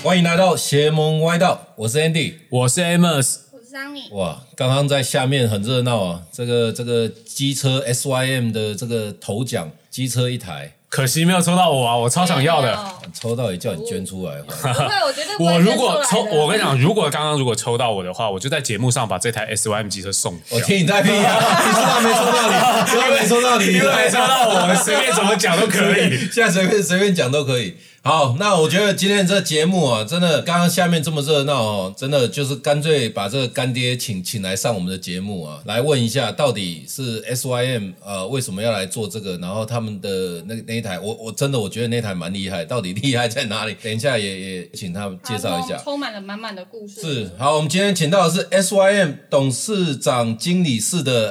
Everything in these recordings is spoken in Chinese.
欢迎来到邪门歪道，我是 Andy， 我是 Amos， 我是 Sunny。 哇，刚刚在下面很热闹啊，这个机车 SYM 的这个头奖，机车一台， 可惜没有抽到我啊，我超想要的。 抽到也叫你捐出来。 不会，我绝对不会我如果捐出来的我跟你讲，如果抽到我的话，我就在节目上把这台 SYM 机车送掉。 我听你在屁啊！你知道没抽到你，因为没抽到你， 因为没抽到我，随便怎么讲都可以。 现在随便讲都可以。好，那我觉得今天这节目啊，真的刚刚下面这么热闹哦，真的就是干脆把这个干爹请来上我们的节目啊，来问一下到底是 SYM 为什么要来做这个，然后他们的那一台，我真的我觉得那台蛮厉害，到底厉害在哪里？等一下也请他们介绍一下， 充满了满满的故事。 是，好，我们今天请到的是 SYM 董事长经理室的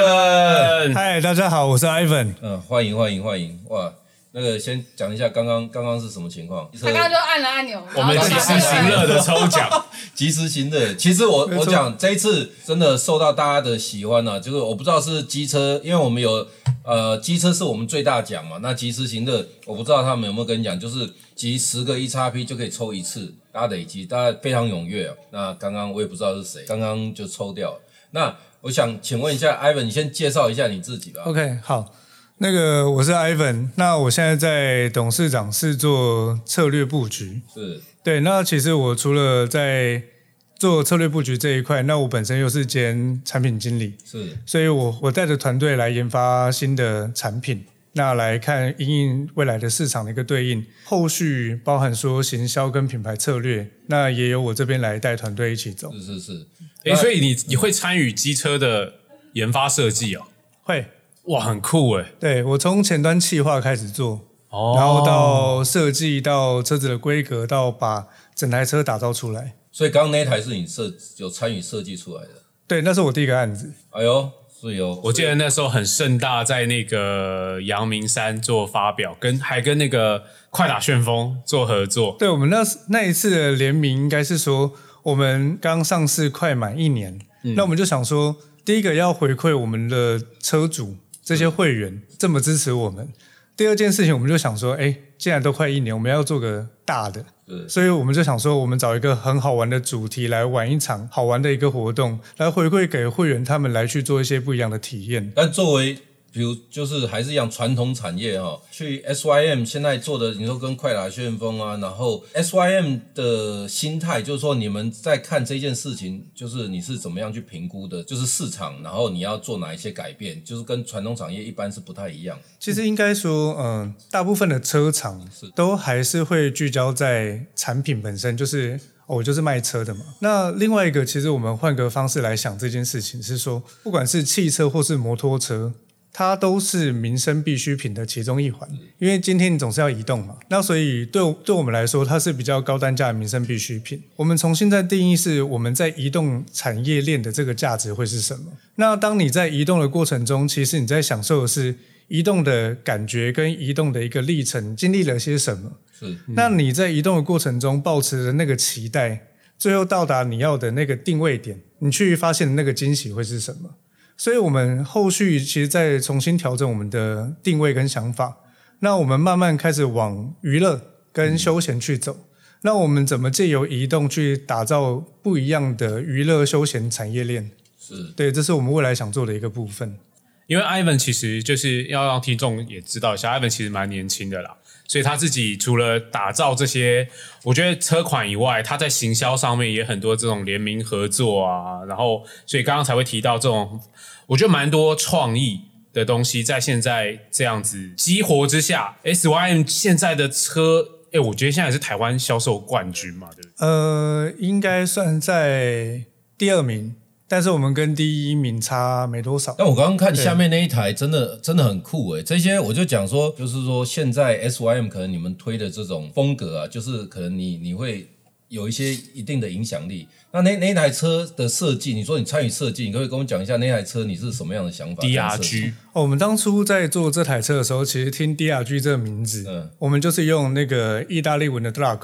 Ivan。 嗨，大家好，我是 Ivan。 欢迎，哇！那个先讲一下刚刚是什么情况？ 他刚刚就按了按钮， 我们及时行乐的抽奖， 及时行乐。其实我讲这一次真的受到大家的喜欢啊，就是我不知道是机车，因为我们有机车是我们最大奖嘛，那及时行乐我不知道他们有没有跟你讲，就是集10个 EXP 就可以抽一次，大家累积，大家非常踊跃啊。那刚刚我也不知道是谁，刚刚就抽掉了。那我想请问一下 Ivan， 你先介绍一下你自己吧。 OK， 好。那个我是 Ivan， 那我现在在董事长室做策略布局。 是， 对，那其实我除了在做策略布局这一块，那我本身又是兼产品经理， 是， 所以我带着团队来研发新的产品，那来看因应未来的市场的一个对应，后续包含说行销跟品牌策略，那也由我这边来带团队一起走。 是。 所以你会参与机车的研发设计哦？ 会。 哇，很酷诶！ 对，我从前端企划开始做，然后到设计，到车子的规格，到把整台车打造出来。 所以刚刚那一台是你有参与设计出来的？ 对，那是我第一个案子。 哎呦，是有。 我记得那时候很盛大，在那个阳明山做发表，还跟那个快打旋风做合作。 对，我们那一次的联名应该是说，我们刚上市快满1年，那我们就想说，第一个要回馈我们的车主。这些会员这么支持我们，第二件事情我们就想说，既然都快1年，我们要做个大的，所以我们就想说，我们找一个很好玩的主题来玩一场好玩的一个活动，来回馈给会员他们来去做一些不一样的体验。 但作为比如就是还是一样传统产业哈，去 SYM 现在做的，你说跟快打旋风啊，然后 SYM 的心态就是说，你们在看这件事情，就是你是怎么样去评估的，就是市场，然后你要做哪一些改变，就是跟传统产业一般是不太一样。 其实应该说，大部分的车厂都还是会聚焦在产品本身，就是我就是卖车的嘛。那另外一个，其实我们换个方式来想这件事情，是说，不管是汽车或是摩托车。它都是民生必需品的其中一环，因为今天你总是要移动嘛，那所以对我们来说，它是比较高单价的民生必需品。我们重新再定义是我们在移动产业链的这个价值会是什么？那当你在移动的过程中，其实你在享受的是移动的感觉跟移动的一个历程，经历了些什么？那你在移动的过程中，抱持的那个期待，最后到达你要的那个定位点，你去发现的那个惊喜会是什么？所以我们后续其实在重新调整我们的定位跟想法，那我们慢慢开始往娱乐跟休闲去走，那我们怎么借由移动去打造不一样的娱乐休闲产业链？对，这是我们未来想做的一个部分。 因为 Ivan 其实就是要让听众也知道一下 ，Ivan 其实蛮年轻的啦，所以他自己除了打造这些，我觉得车款以外，他在行销上面也很多这种联名合作啊，然后所以刚刚才会提到这种，我觉得蛮多创意的东西，在现在这样子激活之下 ，SYM 现在的车，我觉得现在也是台湾销售冠军嘛，对不对？ 应该算在第2名。但是我们跟第1名差没多少。 但我刚刚看下面那一台真的很酷这些我就讲说，就是说现在 SYM 可能你们推的这种风格啊，就是可能你会有一些一定的影响力。那一台车的设计，你说你参与设计，你可不可以跟我讲一下那台车你是什么样的想法 ？DRG 我们当初在做这台车的时候，其实听 DRG 这个名字，我们就是用那个意大利文的 Drago。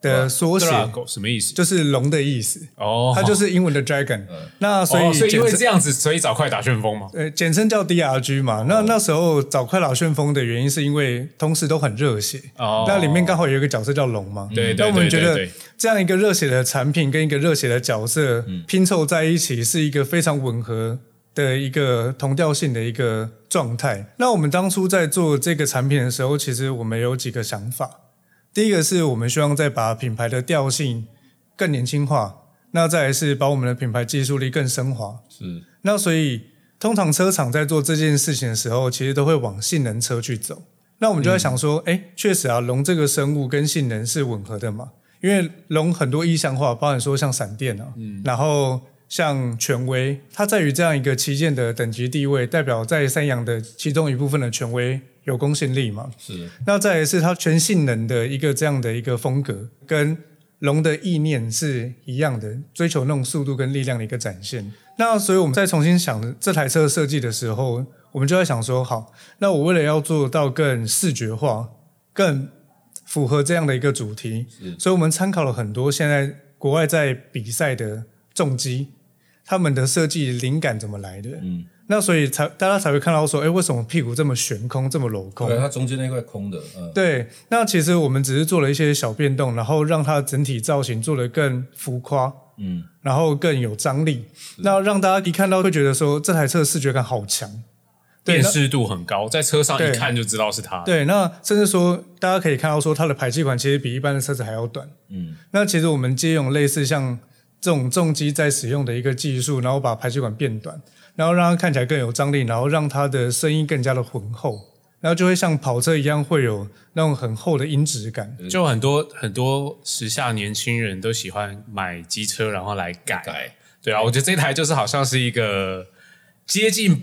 的缩写， Drago 什么意思？ 就是龙的意思。 哦， 它就是英文的 dragon。那所以所以因为简称这样子，所以找快打旋风嘛。 简称叫 DRG 嘛。那时候找快打旋风的原因是因为同时都很热血。那里面刚好有一个角色叫龙嘛。 对， 那我们觉得这样一个热血的产品跟一个热血的角色拼凑在一起，是一个非常吻合的一个同调性的一个状态。那我们当初在做这个产品的时候，其实我们有几个想法。第一个是我们希望再把品牌的调性更年轻化，那再来是把我们的品牌技术力更升华。 是。 那所以通常车厂在做这件事情的时候，其实都会往性能车去走。那我们就在想说，确实啊，龙这个生物跟性能是吻合的嘛，因为龙很多意象化，包含说像闪电啊，然后像权威，它在于这样一个旗舰的等级地位，代表在三洋的其中一部分的权威有公信力嘛。 是。 那再来是它全性能的一个这样的一个风格，跟龙的意念是一样的，追求那种速度跟力量的一个展现。那所以我们在重新想这台车设计的时候，我们就在想说，好，那我为了要做到更视觉化，更符合这样的一个主题，所以我们参考了很多现在国外在比赛的重机，他们的设计灵感怎么来的。那所以大家才会看到说，为什么屁股这么悬空，这么镂空？ 对，它中间那块空的。 对，那其实我们只是做了一些小变动，然后让它的整体造型做得更浮夸，然后更有张力，那让大家一看到会觉得说这台车的视觉感好强， 辨识度很高，在车上一看就知道是它。 对，那甚至说大家可以看到说它的排气管其实比一般的车子还要短。那其实我们借用类似像这种重机在使用的一个技术，然后把排气管变短，然后让它看起来更有张力，然后让它的声音更加的浑厚，然后就会像跑车一样会有那种很厚的音质感。 就很多时下年轻人都喜欢买机车然后来改。对啊，我觉得这台就是好像是一个接近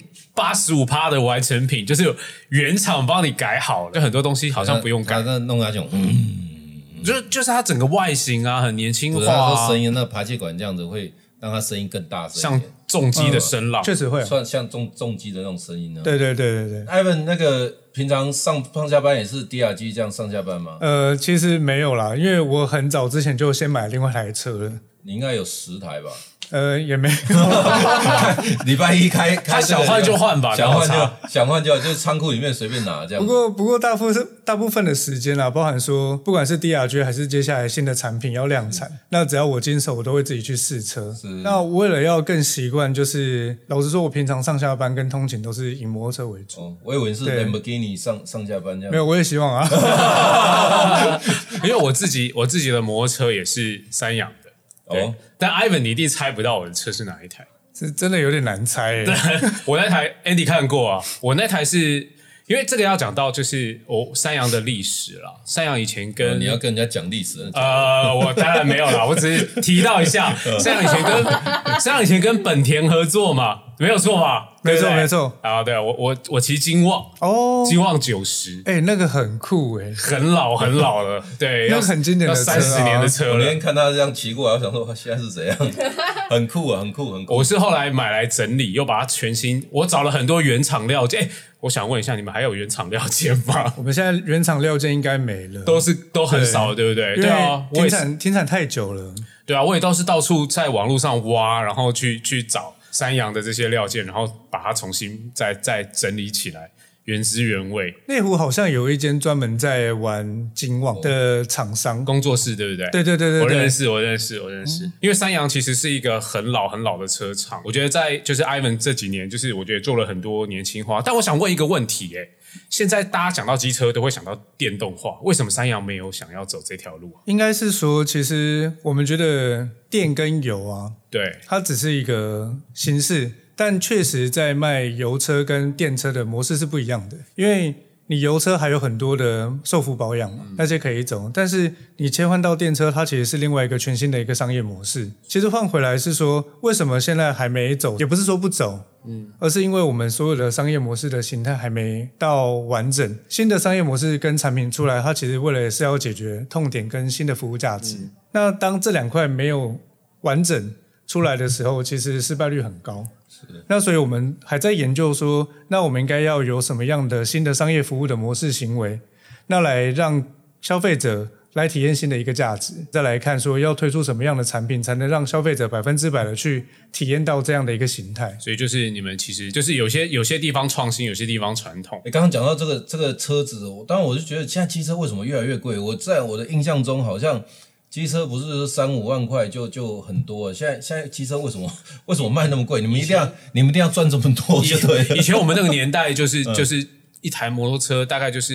85%的完成品，就是原厂帮你改好了，就很多东西好像不用改， 那弄那种就是它整个外形啊很年轻化啊，声音那排气管这样子会让它声音更大声， 像重机的声浪， 确实会算像重机的那种声音呢。 对。 Ivan 那个平常上下班也是 DRG 这样上下班吗？ 其实没有啦，因为我很早之前就先买另外一台车了。 你应该有10台吧？ 也没有。 礼拜一开他想换就换吧， 想换就就是仓库里面随便拿这样。 不过大部分的时间啊，包含说不管是 DRG 还是接下来新的产品要量产，那只要我经手，我都会自己去试车。那为了要更习惯，就是老实说，我平常上下班跟通勤都是以摩托车为主。 我以为是 Lamborghini 上下班这样。 没有，我也希望啊。 因为我自己的摩托车也是三洋的。但 Ivan 你一定猜不到我的车是哪一台， 是真的有点难猜。 我那台 Andy 看过啊，我那台是因为这个要讲到就是三洋的历史啦。三洋以前你要跟人家讲历史我当然没有啦，我只是提到一下，三洋以前跟本田合作嘛，没有错吧？ 没错啊，对啊，我骑金旺金旺90， 那个很酷很老了，对， 那很经典的车 30年的车了。 我那天看他这样骑过来，我想说现在是怎样，很酷啊，很酷。 我是后来买来整理，又把它全新，我找了很多原厂料件。我想问一下，你们还有原厂料件吗？ 我们现在原厂料件应该没了， 都很少了，对不对？对啊， 停产太久了。 对啊，我也都是到处在网络上挖，然后去找三洋的这些料件，然后把它重新再整理起来，原汁原味。 内湖好像有一间专门在玩金旺的厂商工作室，对不对？ 对， 我认识。因为三洋其实是一个很老的车厂，我觉得在就是 Ivan 这几年，就是我觉得做了很多年轻化。但我想问一个问题，现在大家讲到机车都会想到电动化，为什么三洋没有想要走这条路啊？ 应该是说，其实我们觉得电跟油啊， 对， 它只是一个形式，但确实在卖油车跟电车的模式是不一样的。因为你油车还有很多的售后保养嘛，那些可以走，但是你切换到电车，它其实是另外一个全新的一个商业模式。其实换回来是说，为什么现在还没走，也不是说不走，而是因为我们所有的商业模式的形态还没到完整。新的商业模式跟产品出来，它其实为了是要解决痛点跟新的服务价值。那当这两块没有完整出来的时候，其实失败率很高。那所以我们还在研究说，那我们应该要有什么样的新的商业服务的模式行为，那来让消费者来体验新的一个价值，再来看说要推出什么样的产品才能让消费者100%的去体验到这样的一个形态。 所以就是你们其实就是有些地方创新，有些地方传统。 刚刚讲到这个车子，当然我就觉得现在机车为什么越来越贵？我在我的印象中好像机车不是3-5万块就很多了，现在机车为什么卖那么贵？你们一定要赚这么多就对了。 以前我们那个年代就是一台摩托车大概就是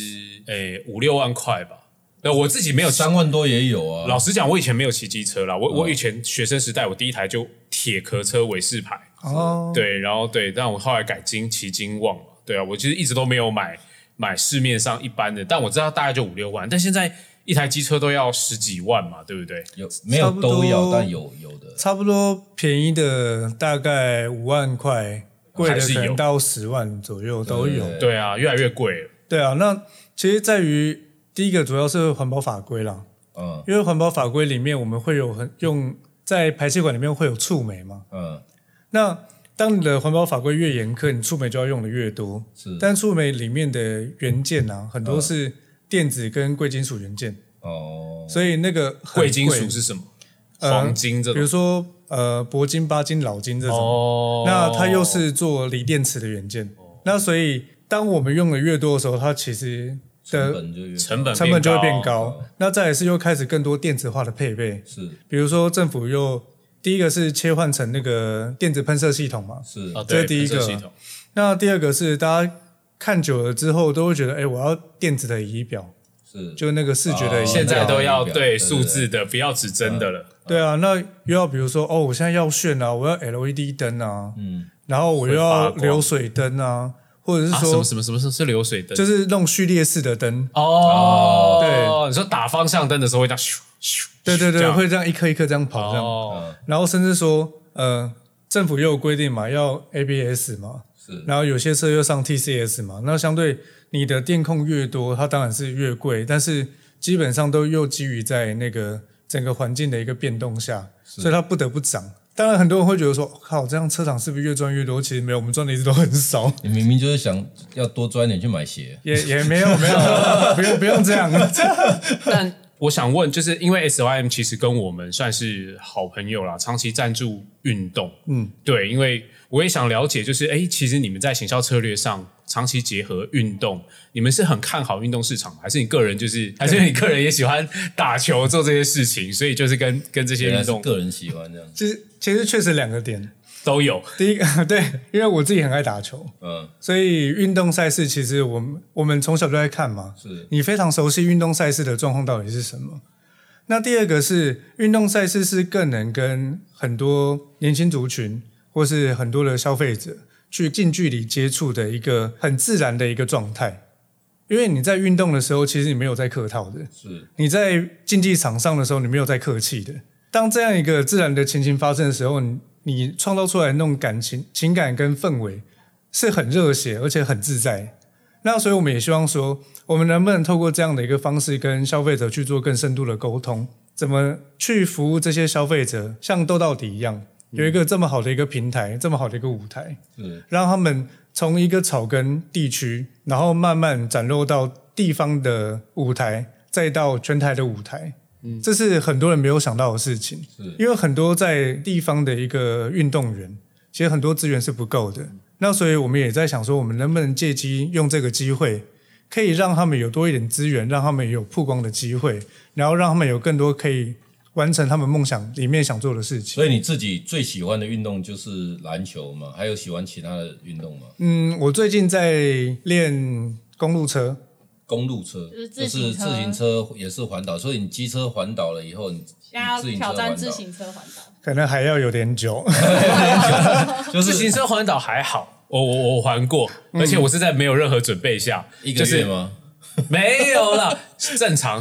5-6万块吧。我自己没有 3万多也有啊。 老实讲，我以前没有骑机车啦。我以前学生时代，我第一台就铁壳车韦氏牌。 哦， 对，然后对，但我后来改骑金旺嘛。对啊，我其实一直都没有买市面上一般的，但我知道大概就5-6万。但现在一台机车都要10几万嘛，对不对？ 没有都要，但有的差不多便宜的大概5万块，贵的可能到10万左右都有。 对啊，越来越贵了。 对啊，那其实在于第一个主要是环保法规啦，因为环保法规里面我们会有在排气管里面会有触媒嘛，那当你的环保法规越严苛，你触媒就要用的越多，但触媒里面的元件啊，很多是电子跟贵金属元件，所以那个贵金属是什么？黄金这种， 比如说铂金、钯金、铑金这种，那它又是做锂电池的元件，那所以当我们用的越多的时候，它其实成本就会变高。那再来是又开始更多电子化的配备，比如说政府又第一个是切换成那个电子喷射系统嘛，这是第一个。那第二个是大家看久了之后都会觉得，我要电子的仪表，就那个视觉的仪表， 现在都要对数字的，不要指针的了。 对啊，那又要比如说我现在要炫啊，我要 LED 灯啊，然后我又要流水灯啊。或者是说什么是流水灯？ 就是那种序列式的灯对，你说打方向灯的时候会这样咻咻， 对，会这样一颗一颗这样跑这样，然后甚至说政府又有规定嘛，要 ABS 嘛，然后有些车又上 TCS 嘛，那相对你的电控越多，它当然是越贵，但是基本上都又基于在那个整个环境的一个变动下，所以它不得不涨。当然，很多人会觉得说：“靠，这样车厂是不是越赚越多？”其实没有，我们赚的一直都很少。 你明明就是想要多赚点去买鞋， 也没有，不用这样。 但我想问，就是因为 SYM 其实跟我们算是好朋友啦，长期赞助运动。对，因为我也想了解，就是其实你们在行销策略上长期结合运动，你们是很看好运动市场吗？还是你个人还是你个人也喜欢打球做这些事情，所以就是跟这些运动个人喜欢这样。 其实确实2个点都有。 第一个对，因为我自己很爱打球，所以运动赛事其实我们从小就在看嘛，你非常熟悉运动赛事的状况到底是什么。那第二个是运动赛事是更能跟很多年轻族群或是很多的消费者去近距离接触的一个很自然的一个状态。因为你在运动的时候，其实你没有在客套的，你在竞技场上的时候，你没有在客气的。当这样一个自然的情形发生的时候，你创造出来的那种情感跟氛围是很热血，而且很自在。那所以我们也希望说，我们能不能透过这样的一个方式跟消费者去做更深度的沟通，怎么去服务这些消费者，像斗到底一样，有一个这么好的一个平台，这么好的一个舞台，让他们从一个草根地区，然后慢慢展露到地方的舞台，再到全台的舞台。这是很多人没有想到的事情，因为很多在地方的一个运动员，其实很多资源是不够的。那所以我们也在想说，我们能不能借机用这个机会，可以让他们有多一点资源，让他们有曝光的机会，然后让他们有更多可以完成他们梦想里面想做的事情。 所以你自己最喜欢的运动就是篮球吗？还有喜欢其他的运动吗？ 我最近在练公路车， 就是自行车也是环岛，所以你机车环岛了以后，你要挑战自行车环岛， 可能还要有点久。 就是自行车环岛还好，我环过，而且我是在没有任何准备下 ，1个月吗？ 没有啦，正常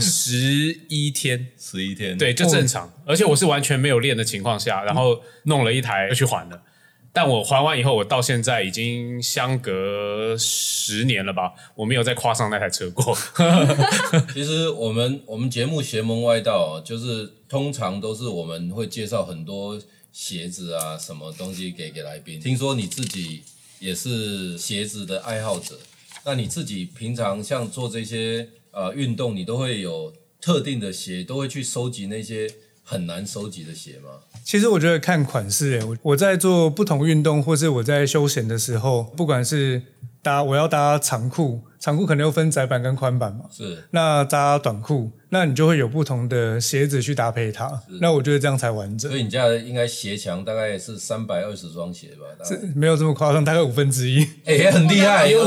11天 ，11天， 对，就正常。而且我是完全没有练的情况下，然后弄了一台就去环了。但我还完以后，我到现在已经相隔10年了吧，我没有再跨上那台车过。 其实我们节目邪门歪道，就是通常都是我们会介绍很多鞋子啊什么东西给来宾。听说你自己也是鞋子的爱好者，那你自己平常像做这些运动，你都会有特定的鞋，都会去收集那些很难收集的鞋吗？ 其实我觉得看款式，我在做不同运动，或是我在休闲的时候，不管是我要搭长裤，长裤可能又分窄版跟宽版嘛， 是。 那搭短裤，那你就会有不同的鞋子去搭配它。那我觉得这样才完整。 所以你家应该鞋墙大概是320双鞋吧？ 是没有这么夸张，大概1/5。 也很厉害， 有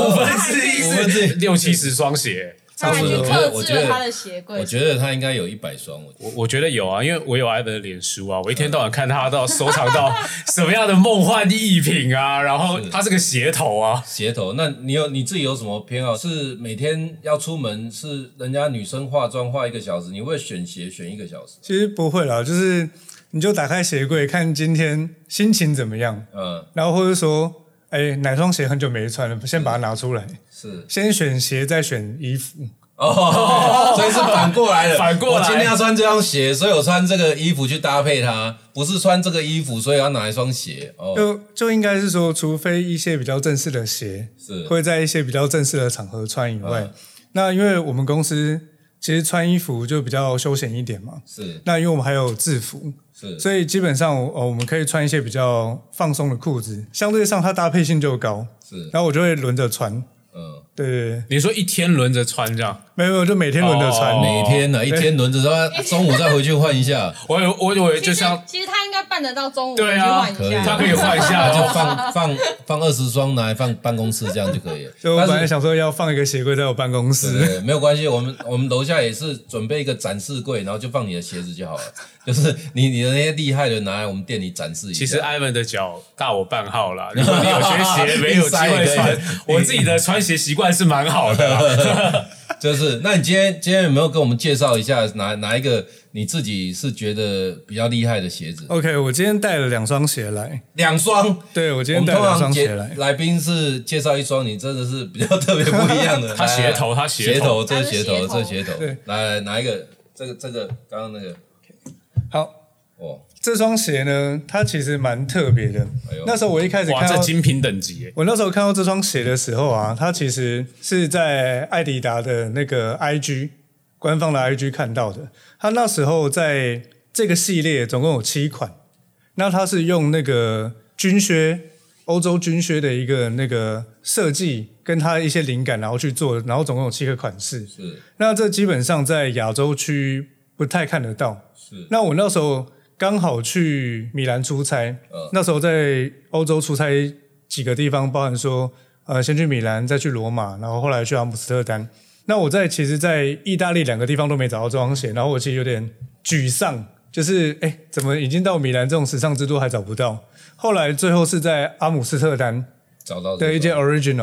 1/5是6-70双鞋。 他还去克制了他的鞋柜。 我觉得他应该有100双。 我觉得有啊，因为我有 Ivan 的脸书啊，我一天到晚看他收藏到什么样的梦幻逸品啊，然后他是个鞋头啊。 鞋头，那你自己有什么偏好？是每天要出门，是人家女生化妆化1个小时，你会选鞋选1个小时？ 其实不会啦，就是你就打开鞋柜看今天心情怎么样，然后或者说，哪双鞋很久没穿了，先把它拿出来。是，先选鞋，再选衣服。 所以是反过来的。 反过来， 我今天要穿这双鞋，所以我穿这个衣服去搭配它，不是穿这个衣服，所以要拿一双鞋。 就应该是说，除非一些比较正式的鞋，是会在一些比较正式的场合穿以外，那因为我们公司其实穿衣服就比较休闲一点嘛。是，那因为我们还有制服。是，所以基本上我们可以穿一些比较放松的裤子，相对上它搭配性就高。是，然后我就会轮着穿。对， 你说一天轮着穿这样？ 没有，就每天轮着穿。 每天呢，一天轮着穿，中午再回去换一下。 我以为就像， 其实他应该办得到中午回去换一下。 他可以换一下， 就放20双拿来放办公室，这样就可以了。 所以我本来想说要放一个鞋柜在我办公室， 对，没有关系，我们楼下也是准备一个展示柜，然后就放你的鞋子就好了。就是你的那些厉害的拿来我们店里展示一下。 其实 Ivan 的脚大我半号啦，如果你有些鞋没有机会穿，我自己的穿鞋习惯是蛮好的。 就是，那你今天有没有跟我们介绍一下哪一个你自己是觉得比较厉害的鞋子 ？OK， 我今天带了2双鞋来。 2双？ 对，我今天带了2双鞋来。 来宾是介绍1双，你真的是比较特别不一样的。 他鞋头， 这鞋头。对，来哪一个？这个刚刚那个。 好。这双鞋呢，它其实蛮特别的。那时候我一开始看到这精品等级耶。 我那时候看到这双鞋的时候啊，它其实是在艾迪达的那个 IG 官方的 IG 看到的。它那时候在这个系列总共有7款，那它是用那个军靴，欧洲军靴的一个那个设计，跟它一些灵感，然后去做，然后总共有7个款式。是，那这基本上在亚洲区不太看得到。是，那我那时候刚好去米兰出差，那时候在欧洲出差几个地方，包含说先去米兰，再去罗马，然后后来去阿姆斯特丹。那我其实在意大利2个地方都没找到这双鞋，然后我其实有点沮丧，就是怎么已经到米兰这种时尚之都还找不到？后来最后是在阿姆斯特丹找到的一件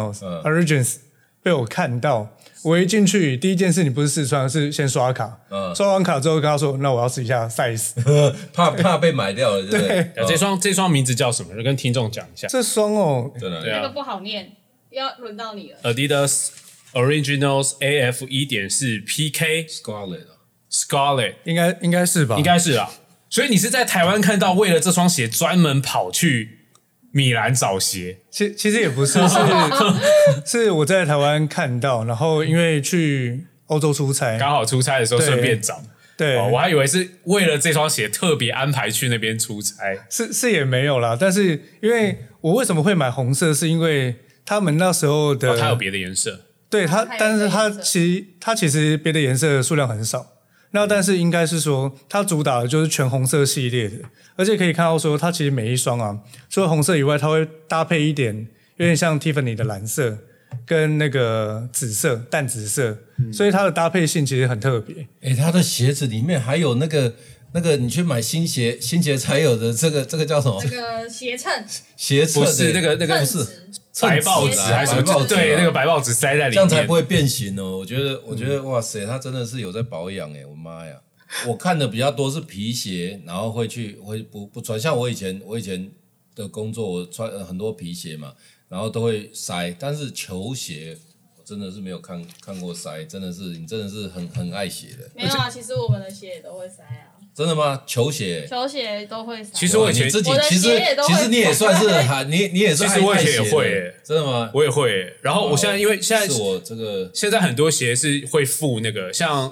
Origins 被我看到。我一进去，第一件事你不是试穿，是先刷卡。刷完卡之后跟他说：“那我要试一下 size。” 怕被买掉了，对不对？ 这双名字叫什么？就跟听众讲一下。 这双真的那个不好念，要轮到你了。 Adidas Originals AF 1.4 PK Scarlet 应该是吧？ 应该是啊。所以你是在台湾看到，为了这双鞋专门跑去米兰找鞋？ 其实也不是，是我在台湾看到，然后因为去欧洲出差， 刚好出差的时候顺便找。 对， 我还以为是为了这双鞋特别安排去那边出差。 是也没有啦，但是因为我为什么会买红色，是因为他们那时候的它有别的颜色。 对但是它其实别的颜色数量很少。那但是应该是说，它主打的就是全红色系列的，而且可以看到说，它其实每一双啊，除了红色以外，它会搭配一点有点像 Tiffany 的蓝色跟那个紫色淡紫色，所以它的搭配性其实很特别。 它的鞋子里面还有那个你去买新鞋才有的这个叫什么？ 这个鞋衬不是那个不是白报纸还是什么？对，那个白报纸塞在里面， 这样才不会变形哦。我觉得哇塞，他真的是有在保养我妈呀！我看的比较多是皮鞋，然后会不穿。像我以前的工作，我穿很多皮鞋嘛，然后都会塞。但是球鞋我真的是没有看过塞，你真的是很爱鞋的。 没有啊，其实我们的鞋也都会塞啊。 真的吗？球鞋都会塞。 其实我以前自己其实你也算是你也算其实我以前也会真的吗？ 我也会然后我现在因为现在是我这个现在很多鞋是会附那个像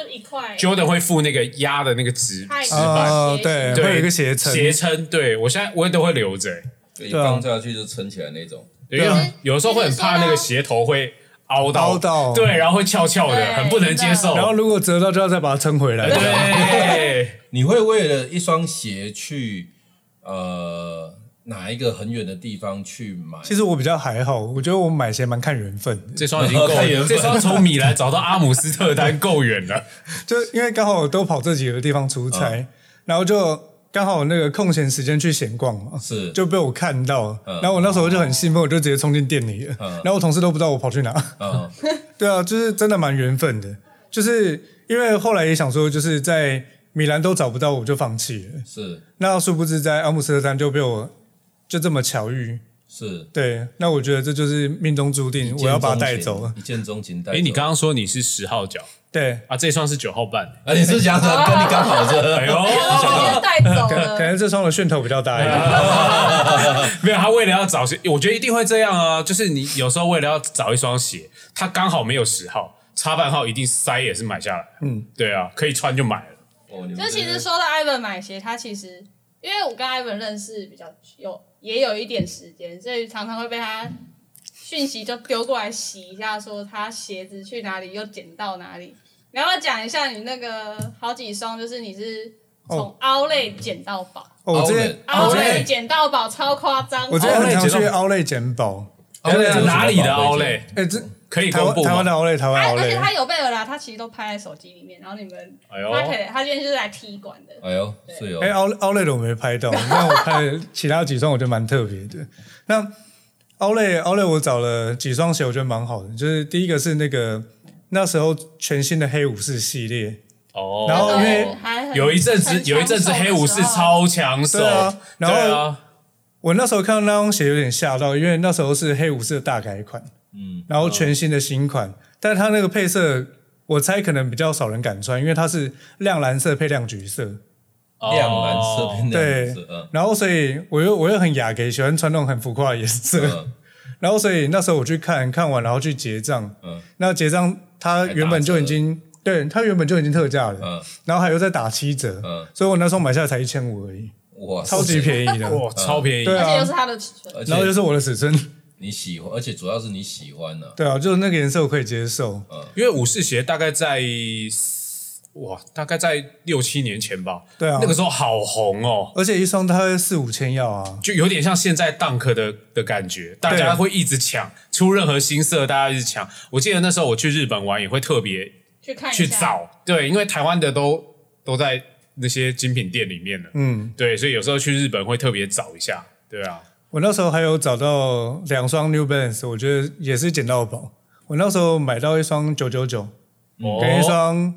Jordan 会附那个压的那个纸板， 对，会有一个鞋撑，对我现在我也都会留着， 一放下去就撑起来那种。 因为有的时候会很怕那个鞋头会凹到，对，然后会翘的，很不能接受。 然后如果折到就要再把它撑回来。 对， 你会为了一双鞋去哪一个很远的地方去买？ 其实我比较还好，我觉得我买鞋蛮看缘分的。 这双已经够远，这双从米兰找到阿姆斯特丹够远了。 就因为刚好我都跑这几个地方出差，然后就刚好那个空闲时间去闲逛嘛， 是就被我看到，然后我那时候就很兴奋，我就直接冲进店里了，然后我同事都不知道我跑去哪。对啊，就是真的蛮缘分的，就是因为后来也想说，就是在米兰都找不到，我就放弃了。 是， 那殊不知在阿姆斯特丹就被我就这么巧遇。 是， 对，那我觉得这就是命中注定，我要把它带走了， 一见钟情带走。 你刚刚说你是10号脚， 对啊，这双是9号半， 你是讲跟你刚好这， 哎呦， 带走了， 可能这双的楦头比较大一点。 没有，他为了要找鞋，我觉得一定会这样啊，就是你有时候为了要找一双鞋，他刚好没有10号，插半号一定塞也是买下来，对啊，可以穿就买了。 就其实说到 Ivan 买鞋，他其实因为我跟 Ivan 认识比较也有一点时间，所以常常会被他讯息就丢过来洗一下，说他鞋子去哪里又捡到哪里。你要不要讲一下你那个好几双，就是你是从 Outlet 捡到宝？ 我之前 Outlet 捡到宝超夸张， 我之前很常去 Outlet 捡宝。 哪里的 Outlet？ 这可以公布台湾的 Outlet， 台湾 Outlet， 而且他有备而来，他其实都拍在手机里面，然后你们，他今天就是来踢馆的。 哎呦，是有。 Outlet 我没拍到，那我拍其他几双我觉得蛮特别的。那 Outlet 我找了几双鞋，我觉得蛮好的。就是第一个是那时候全新的黑武士系列，然后因为有一阵子黑武士超抢手， 然后我那时候看到那双鞋有点吓到，因为那时候是黑武士的大改款，然后全新的新款，但它那个配色我猜可能比较少人敢穿，因为它是亮蓝色配亮橘色。 亮蓝色配亮橘色， 然后所以我又很雅给，喜欢穿那种很浮夸的颜色，然后所以那时候我去看完，然后去结账，那结账它原本就已经特价了，然后还有再打7折，所以我那时候买下来才1500而已，哇，超级便宜的， 哇，超便宜， 而且又是它的尺寸， 然后又是我的尺寸。 你喜欢，而且主要是你喜欢的， 对啊，就是那个颜色我可以接受， 因为武士鞋大概在6-7年前吧， 对啊， 那个时候好红哦， 而且一双大概4-5千要啊， 就有点像现在 Dunk 的感觉，大家会一直抢，出任何新色大家一直抢。我记得那时候我去日本玩也会特别去找，对，因为台湾的都在那些精品店里面了，对，所以有时候去日本会特别找一下，对啊。 我那时候还有找到2双 New Balance， 我觉得也是捡到宝。我那时候买到一双999，跟一双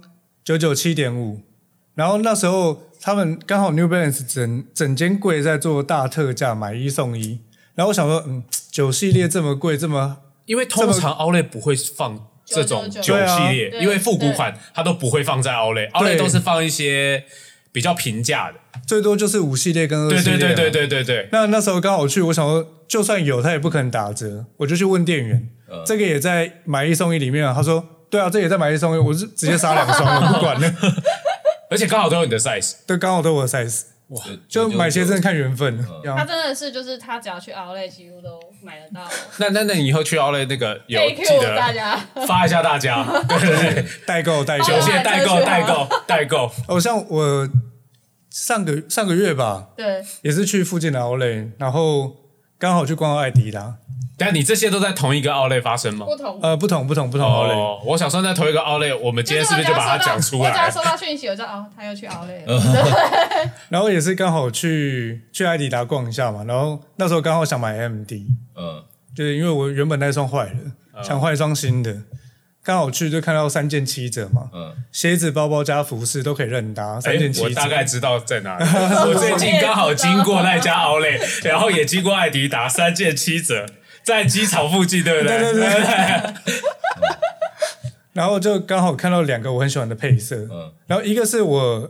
997.5，然后那时候他们刚好 New Balance 整间柜在做大特价，买1送1。然后我想说，9系列这么贵， 因为通常 Outlet 不会放这种9系列，因为复古款它都不会放在 Outlet 都是放一些比较平价的， 最多就是5系列跟2系列。 对。 那时候刚好去，我想说，就算有，他也不可能打折，我就去问店员，这个也在买1送1里面啊。他说，对啊，这也在买1送1，我是直接杀2双了，不管了。 而且刚好都有你的 size， 对，刚好都有我的 size。哇，就买鞋真的看缘分。 他真的是，就是他只要去 Outlet 几乎都买得到。 那你以后去 Outlet 那个有记得大家发一下大家，对， 代购， 球鞋代购。 像我上个月吧， 对， 也是去附近的 Outlet， 然后刚好去逛到艾迪达。 但你这些都在同一个 Outlet 发生吗？ 不同 Outlet。 我想说在同一个 Outlet， 我们今天是不是就把它讲出来？ 我只要收到讯息，我就他又去 Outlet 然后也是刚好去艾迪达逛一下嘛，然后那时候刚好想买 MD，就是因为我原本那双坏了，想换一双新的。刚好去就看到3件7折嘛，鞋子、包包加服饰都可以任搭，3件7折。 我大概知道在哪里。我最近刚好经过那家 Outlet， 然后也经过艾迪达，3件7折，在机场附近，对不对？ 对。然后就刚好看到2个我很喜欢的配色，然后一个是我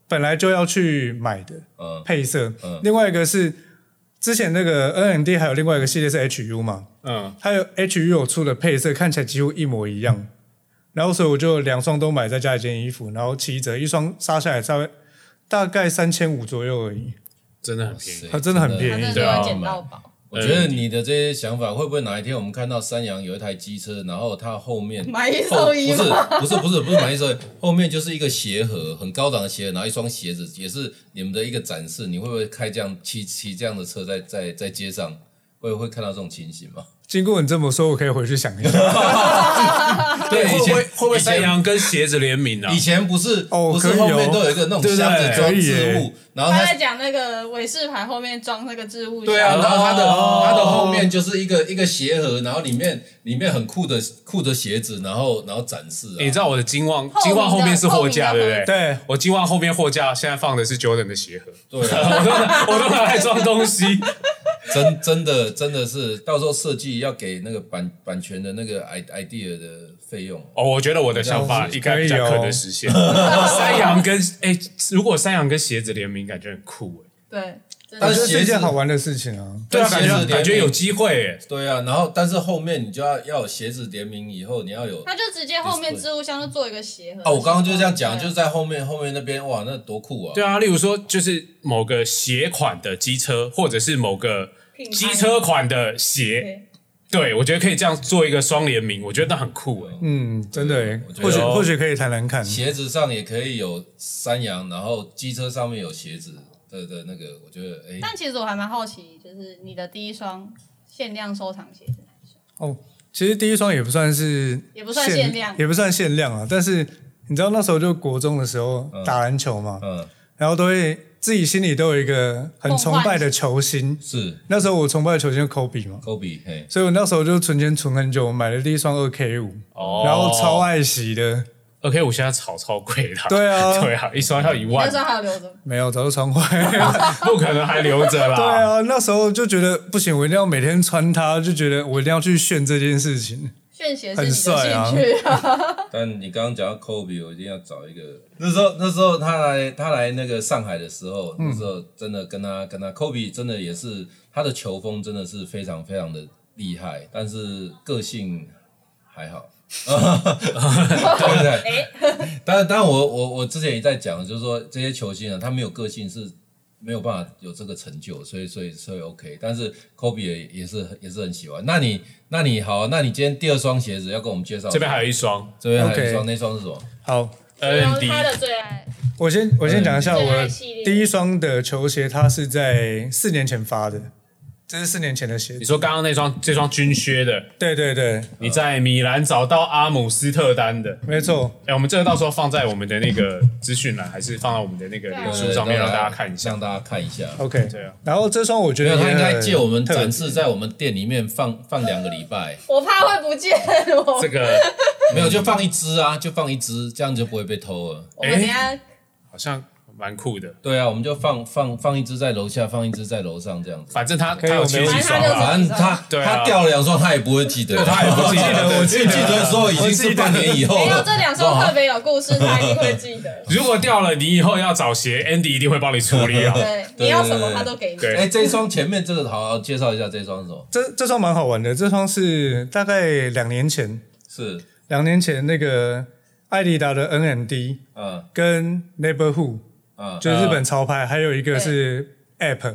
本来就要去买的配色，另外一个是之前那个 NMD 还有另外一个系列是 HU 嘛，还有 HU 有出的配色看起来几乎一模一样，然后所以我就2双都买再加一件衣服，然后7折，一双杀下来大概3500左右而已， 真的很便宜， 它真的很便宜， 对啊，捡到宝。 我觉得你的这些想法会不会哪一天我们看到三洋有一台机车，然后它后面买一送一吗？ 不是买一送一，后面就是一个鞋盒，很高档的鞋盒，然后一双鞋子也是你们的一个展示，你会不会开这样骑这样的车在街上，会看到这种情形吗？ 经过你这么说，我可以回去想一下。 对， 会不会三洋跟鞋子联名啊？ 以前不是后面都有一个那种箱子装置物，然后他在讲那个韦氏牌后面装那个置物箱， 对啊，然后它的后面就是一个鞋盒，然后里面很酷的鞋子，然后展示啊。 你知道我的金旺后面是货架，对不对？ 对， 我金旺后面货架现在放的是 Jordan 的鞋盒， 对啊， 我都拿来装东西。 真的是到时候设计要给那个版权的那个 idea 的费用我觉得我的想法应该比较可能实现。三洋跟如果三洋跟鞋子联名，感觉很酷对， 但是是一件好玩的事情啊。 对啊，感觉有机会对啊，然后但是后面你就要有鞋子联名以后，你要有， 他就直接后面置物箱就做一个鞋盒。 我刚刚就是这样讲，就是在后面那边，哇，那多酷啊！ 对啊，例如说就是某个鞋款的机车，或者是某个机车款的鞋。对，我觉得可以这样做一个双联名，我觉得那很酷真的耶，或许可以谈谈看。 鞋子上也可以有三洋，然后机车上面有鞋子的那个，我觉得但其实我还蛮好奇，就是你的第一双限量收藏鞋子其实第一双也不算限量，也不算限量啊。但是你知道那时候就国中的时候打篮球嘛，然后都会自己心里都有一个很崇拜的球星， 是那时候我崇拜的球星是 Kobe 嘛 ，Kobe，嘿， 所以我那时候就存钱存很久，我买了第一双2K5，然后超爱惜的。 2K5现在超贵的， 对啊，一双要1万， 那双还有留着？ 没有，早就穿坏， 不可能还留着啦。 对啊，那时候就觉得不行，我一定要每天穿它，就觉得我一定要去炫这件事情。 炫鞋是你的兴趣但你刚刚讲到 Kobe， 我一定要找一个。那时候他来那个上海的时候，那时候真的跟他 Kobe 真的也是他的球风真的是非常非常的厉害，但是个性还好。对不对？但我之前也在讲，就是说这些球星啊，他没有个性是没有办法有这个成就，所以 OK。但是 Kobe 也是很喜欢。那你好，那你今天第二双鞋子要跟我们介绍？ 这边还有一双， 那双是什么？ 好 ，NMD 他的最爱。 我先讲一下我第一双的球鞋，它是在4年前发的。这是4年前的鞋子。 你说刚刚这双军靴的？ 对， 你在米兰找到阿姆斯特丹的， 没错。 我们这个到时候放在我们的那个资讯栏，还是放在我们的那个脸书上面，让大家看一下。 让大家看一下。 OK， 对啊。 然后这双我觉得他应该借我们展示在我们店里面放2个礼拜。 我怕会不见我。 这个没有，就放一只啊，这样就不会被偷了。 我们等一下好像蛮酷的。 对啊，我们就放一只在楼下，放一只在楼上这样子。 反正他有缺几双啊，反正他掉了2双，他也不会记得，他也不记得。我记得说已经是半年以后了。 没有，这2双特别有故事，他一定会记得。 如果掉了，你以后要找鞋 ，Andy 一定会帮你处理好。 对，你要什么他都给你。 这一双前面这个好好介绍一下，这双是什么？ 这双蛮好玩的，这双是大概2年前， 是 2年前那个艾迪达的 NMD，跟 Neighborhood。就是日本潮牌，还有一个是 App，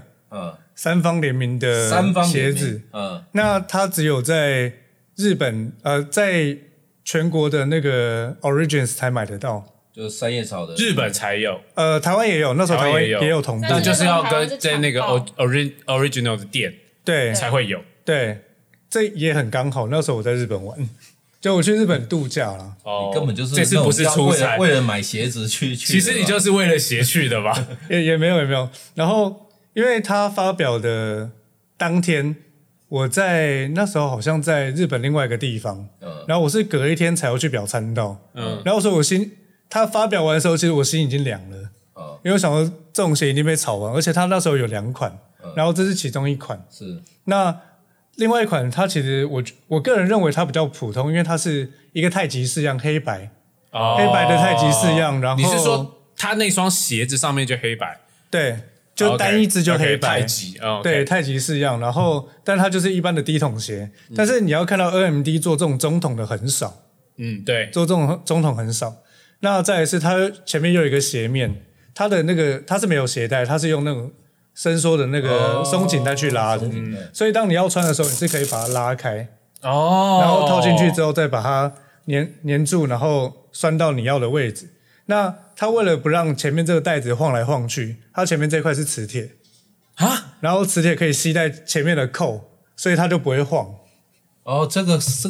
3方联名的鞋子。那它只有在日本在全国的那个 Origins 才买得到， 就是3叶草的， 日本才有。 台湾也有，那时候台湾也有同步， 但就是要跟在那个 original 的店对才会有。 对，这也很刚好，那时候我在日本玩。就我去日本度假啦， 你根本就是这次不是出差， 为了买鞋子去。 其实你就是为了鞋去的吧？ 也没有。然后因为他发表的当天，我在那时候好像在日本另外一个地方，然后我是隔一天才要去表参道，然后所以他发表完的时候，其实我心已经凉了，因为我想说这种鞋一定被炒完，而且他那时候有2款，然后这是其中一款， 是那。另外一款，它其实我个人认为它比较普通，因为它是一个太极式样黑白的太极式样。然后你是说它那双鞋子上面就黑白， 对，就单一只就黑白。 太极， 对，太极式样。然后，但它就是一般的低筒鞋，但是你要看到 NMD 做这种中筒的很少。 对， 做这种中筒很少。那再来是它前面又有一个鞋面，它的那个它是没有鞋带，它是用那种伸缩的那个松紧带去拉的，所以当你要穿的时候，你是可以把它拉开，然后套进去之后再把它粘住，然后拴到你要的位置。那它为了不让前面这个带子晃来晃去，它前面这块是磁铁啊， 然后磁铁可以吸在前面的扣，所以它就不会晃。 这个是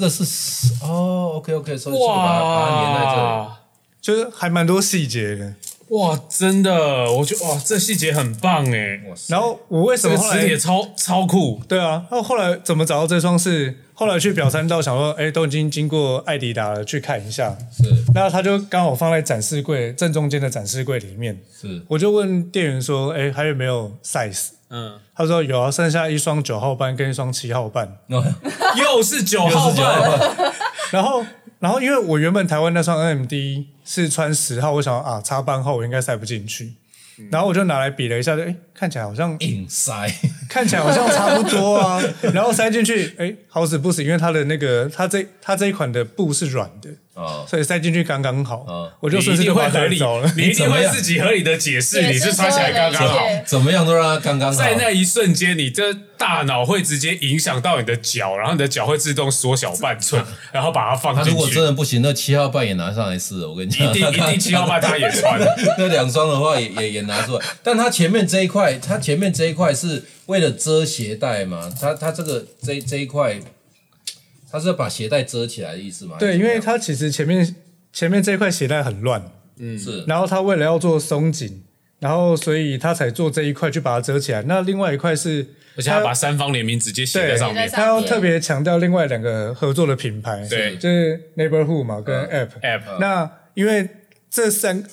OK， 所以把它粘在这里， 就是还蛮多细节的。 哇，真的，我觉得哇，这细节很棒哎。 然后我为什么后来这个磁铁超酷？ 对啊，那后来怎么找到这双是后来去表参道想说，都已经经过艾迪达了，去看一下。 是， 那他就刚好放在展示柜正中间的展示柜里面。 是， 我就问店员说，还有没有 size？他说有啊，剩下一双9号半跟一双7号半。 又是9号半。 然后因为我原本台湾那双 NMD 是穿10号，我想插半号我应该塞不进去。然后我就拿来比了一下，看起来好像硬塞， 看起来好像差不多啊。然后塞进去，好死不死，因为它的那个它这一款的布是软的，所以塞进去刚刚好。我就顺势就把它带走了。 你一定会自己合理的解释你是穿起来刚刚好， 怎么样都让它刚刚好。 在那一瞬间，你这大脑会直接影响到你的脚，然后你的脚会自动缩小半寸，然后把它放进去。 如果真的不行，那7号半也拿上来试了。我跟你讲， 一定7号半他也穿。 那2双的话也拿出来，但它前面这一块是为了遮鞋带嘛？它这个这一块，它是要把鞋带遮起来的意思吗？ 对，因为它其实前面这一块鞋带很乱， 是， 然后它为了要做松紧，然后所以它才做这一块去把它遮起来。那另外一块是， 而且他把3方联名直接写在上面， 他要特别强调另外2个合作的品牌， 对， 就是 Neighborhood 嘛跟 App。那因为这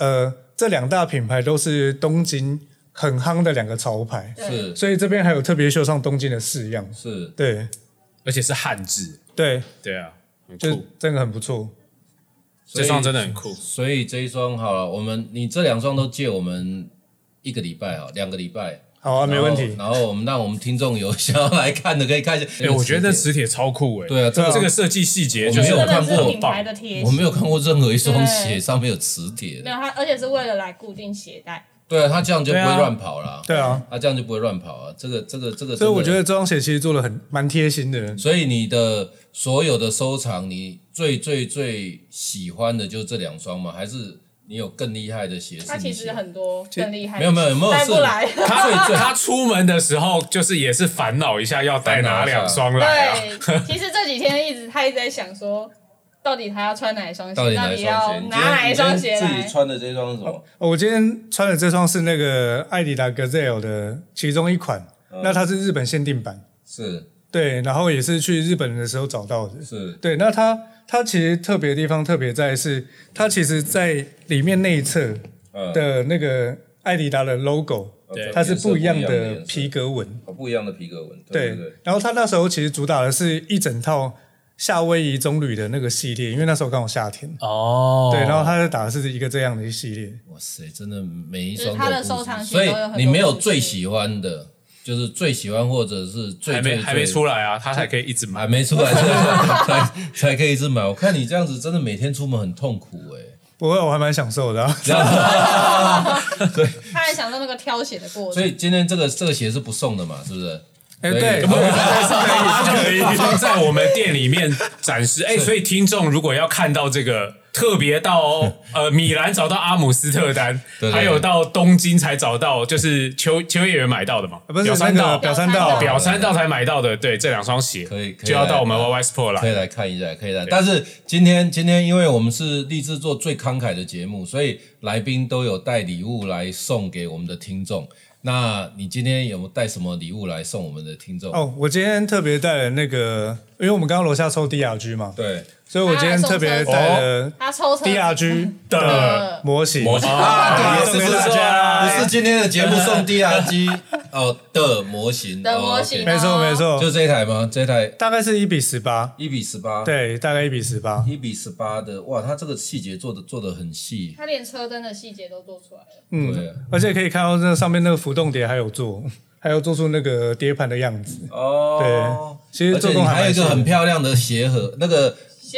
2大品牌都是东京很夯的2个潮牌， 是， 所以这边还有特别秀上东京的式样， 是， 对， 而且是汉字， 对啊，很酷， 就真的很不错。 这双真的很酷， 所以这一双好了，你这2双都借我们1个礼拜2个礼拜。 好啊，没问题。 然后让我们听众有想要来看的可以看一下。 我觉得那磁铁超酷对啊， 这个设计细节就没有看过， 我没有看过任何一双鞋上面有磁铁的。 没有，它而且是为了来固定鞋带。 对啊，它这样就不会乱跑啦。 对啊， 它这样就不会乱跑啊。这个， 所以我觉得这双鞋其实做的蛮贴心的。 所以你的所有的收藏，你最喜欢的就是这2双吗？还是你有更厉害的鞋？ 它其实很多更厉害的， 没有带不来。 他出门的时候就是也是烦恼一下要带哪2双来啊。 对，其实这几天他一直在想说，到底他要穿哪一双鞋？到底要拿哪一双鞋来？ 自己穿的这双是什么？ 我今天穿的这双是那个艾迪达 Gazelle 的其中一款，那它是日本限定版。 是。 对，然后也是去日本的时候找到的。 是。 对，那它其实特别的地方特别在是，它其实在里面内侧的那个艾迪达的 logo，它是不一样的皮革纹， 不一样的皮革纹。 对。然后它那时候其实主打的是一整套夏威夷棕榈的那个系列，因为那时候刚好夏天。对，然后它打的是一个这样的一系列。 哇塞，真的每一双都它的收藏所以你没有最喜欢的。就是最喜欢或者是还没出来啊，他才可以一直买， 还没出来才可以一直买。我看你这样子真的每天出门很痛苦不会，我还蛮享受的。 对， 他还享受那个挑选的过程。 所以今天这个鞋是不送的嘛，是不是？ 对， 可以放在我们店里面展示。所以听众如果要看到这个，特别到米兰找到阿姆斯特丹，还有到东京才找到，就是秋叶原买到的嘛， 不是表参道才买到的。对，这2双鞋可以就要到我们 YY Sport 来， 可以来看一下，可以来。但是今天因为我们是立志做最慷慨的节目，所以来宾都有带礼物来送给我们的听众。那你今天有没有带什么礼物来送我们的听众？ 我今天特别带了那个，因为我们刚刚楼下抽 DRG 嘛， 对， 所以我今天特别带了 DRG 的模型不是今天的节目送 DRG， 的模型没错没错， 就这一台吗？这一台大概是1:18， 1:18， 对，大概 1:18的，哇，它这个细节做的很细， 它连车灯的细节都做出来了。 对， 而且可以看到那上面那个浮动碟还有做出那个碟盘的样子。对，其实做工还有一个很漂亮的鞋盒，那个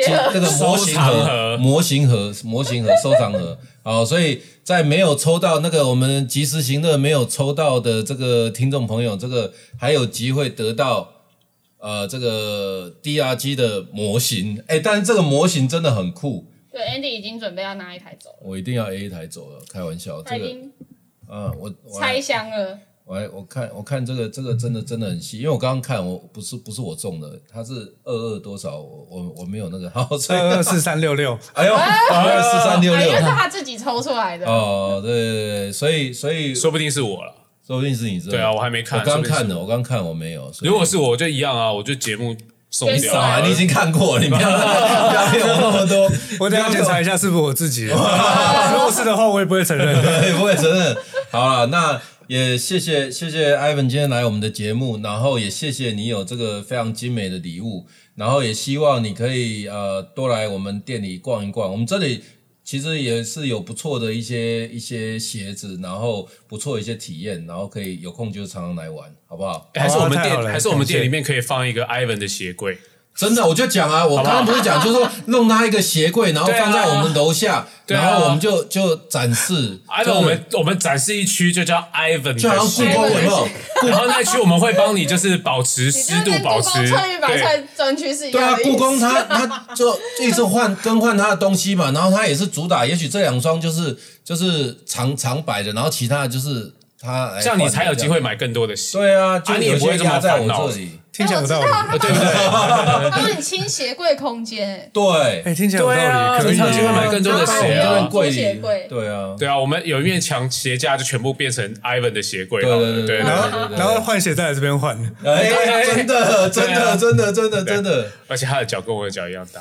模型盒收藏盒。所以在没有抽到那个我们即时行乐没有抽到的这个听众朋友，这个还有机会得到这个 DRG 的模型。但是这个模型真的很酷。 对 ，Andy 已经准备要拿一台走了。 我一定要 A 一台走了，开玩笑。 他已经我拆箱了。 我看这个真的很细，因为我刚刚看我不是我中的，它是22多少，我没有那个，好 224366， 哎呦，22366， 因为是他自己抽出来的。 对，所以说不定是我了， 说不定是你这。 对啊，我还没看， 我刚看我没有。 如果是我就一样啊，我就节目送掉啊，你已经看过了，你不要骗我那么多。 我等一下检查一下是不是我自己的，如果是的话，我也不会承认， 也不会承认。好了，那。也谢谢 Ivan 今天来我们的节目，然后也谢谢你有这个非常精美的礼物，然后也希望你可以多来我们店里逛一逛。我们这里其实也是有不错的一些鞋子，然后不错的一些体验，然后可以有空就常常来玩，好不好？ 还是我们店里面可以放一个 Ivan 的鞋柜。 真的，我就讲啊，我刚刚不是讲，就是说弄他一个鞋柜，然后放在我们楼下，然后我们就展示。 我们展示一区就叫 Ivan， 就好像故宫有没有？ 然后那区我们会帮你就是保持湿度，保持。 故宫创意白菜专区是一样的。 对啊，故宫他就一直更换他的东西嘛，然后他也是主打，也许这2双就是常摆的，然后其他的就是他这样你才有机会买更多的鞋。 对啊，就你也不会这么在我这里。 听起来有道理， 对不对？他帮你清鞋柜空间， 对， 听起来有道理，可以， 就会买更多的鞋啊， 鞋柜， 对啊， 我们有一面墙鞋架就全部变成 Ivan 的鞋柜， 对， 然后换鞋再来这边换， 真的， 而且他的脚跟我的脚一样大，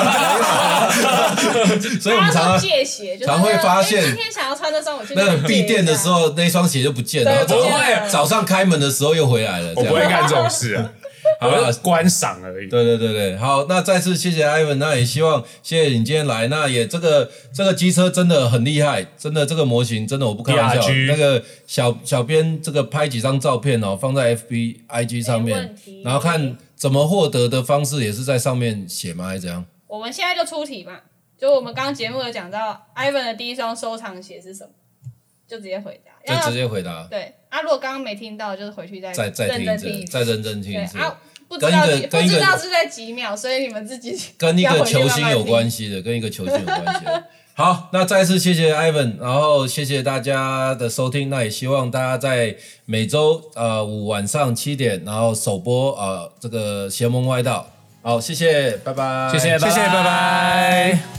所以我们常借鞋， 常会发现今天想要穿这双，我去那闭店的时候那双鞋就不见了，然后早上开门的时候又回来了， 我不会干这种事啊。好了，观赏而已。 对，好，那再次谢谢 Ivan， 那也希望谢谢你今天来，那也这个机车真的很厉害，真的这个模型真的我不开玩笑，那个小编这个拍几张照片放在 FB、IG 上面，然后看怎么获得的方式也是在上面写吗？还是怎样？ 我们现在就出题嘛，就我们刚刚节目有讲到 Ivan 的第一双收藏鞋是什么，就直接回答。对啊，如果刚刚没听到，就是回去再认真听一次， 再认真听一次。 不知道是在几秒，所以你们自己跟一个球星有关系的，好，那再次谢谢 Ivan， 然后谢谢大家的收听，那也希望大家在每周5晚上7点，然后首播这个邪门歪道。好，谢谢，拜拜， 谢谢，拜拜。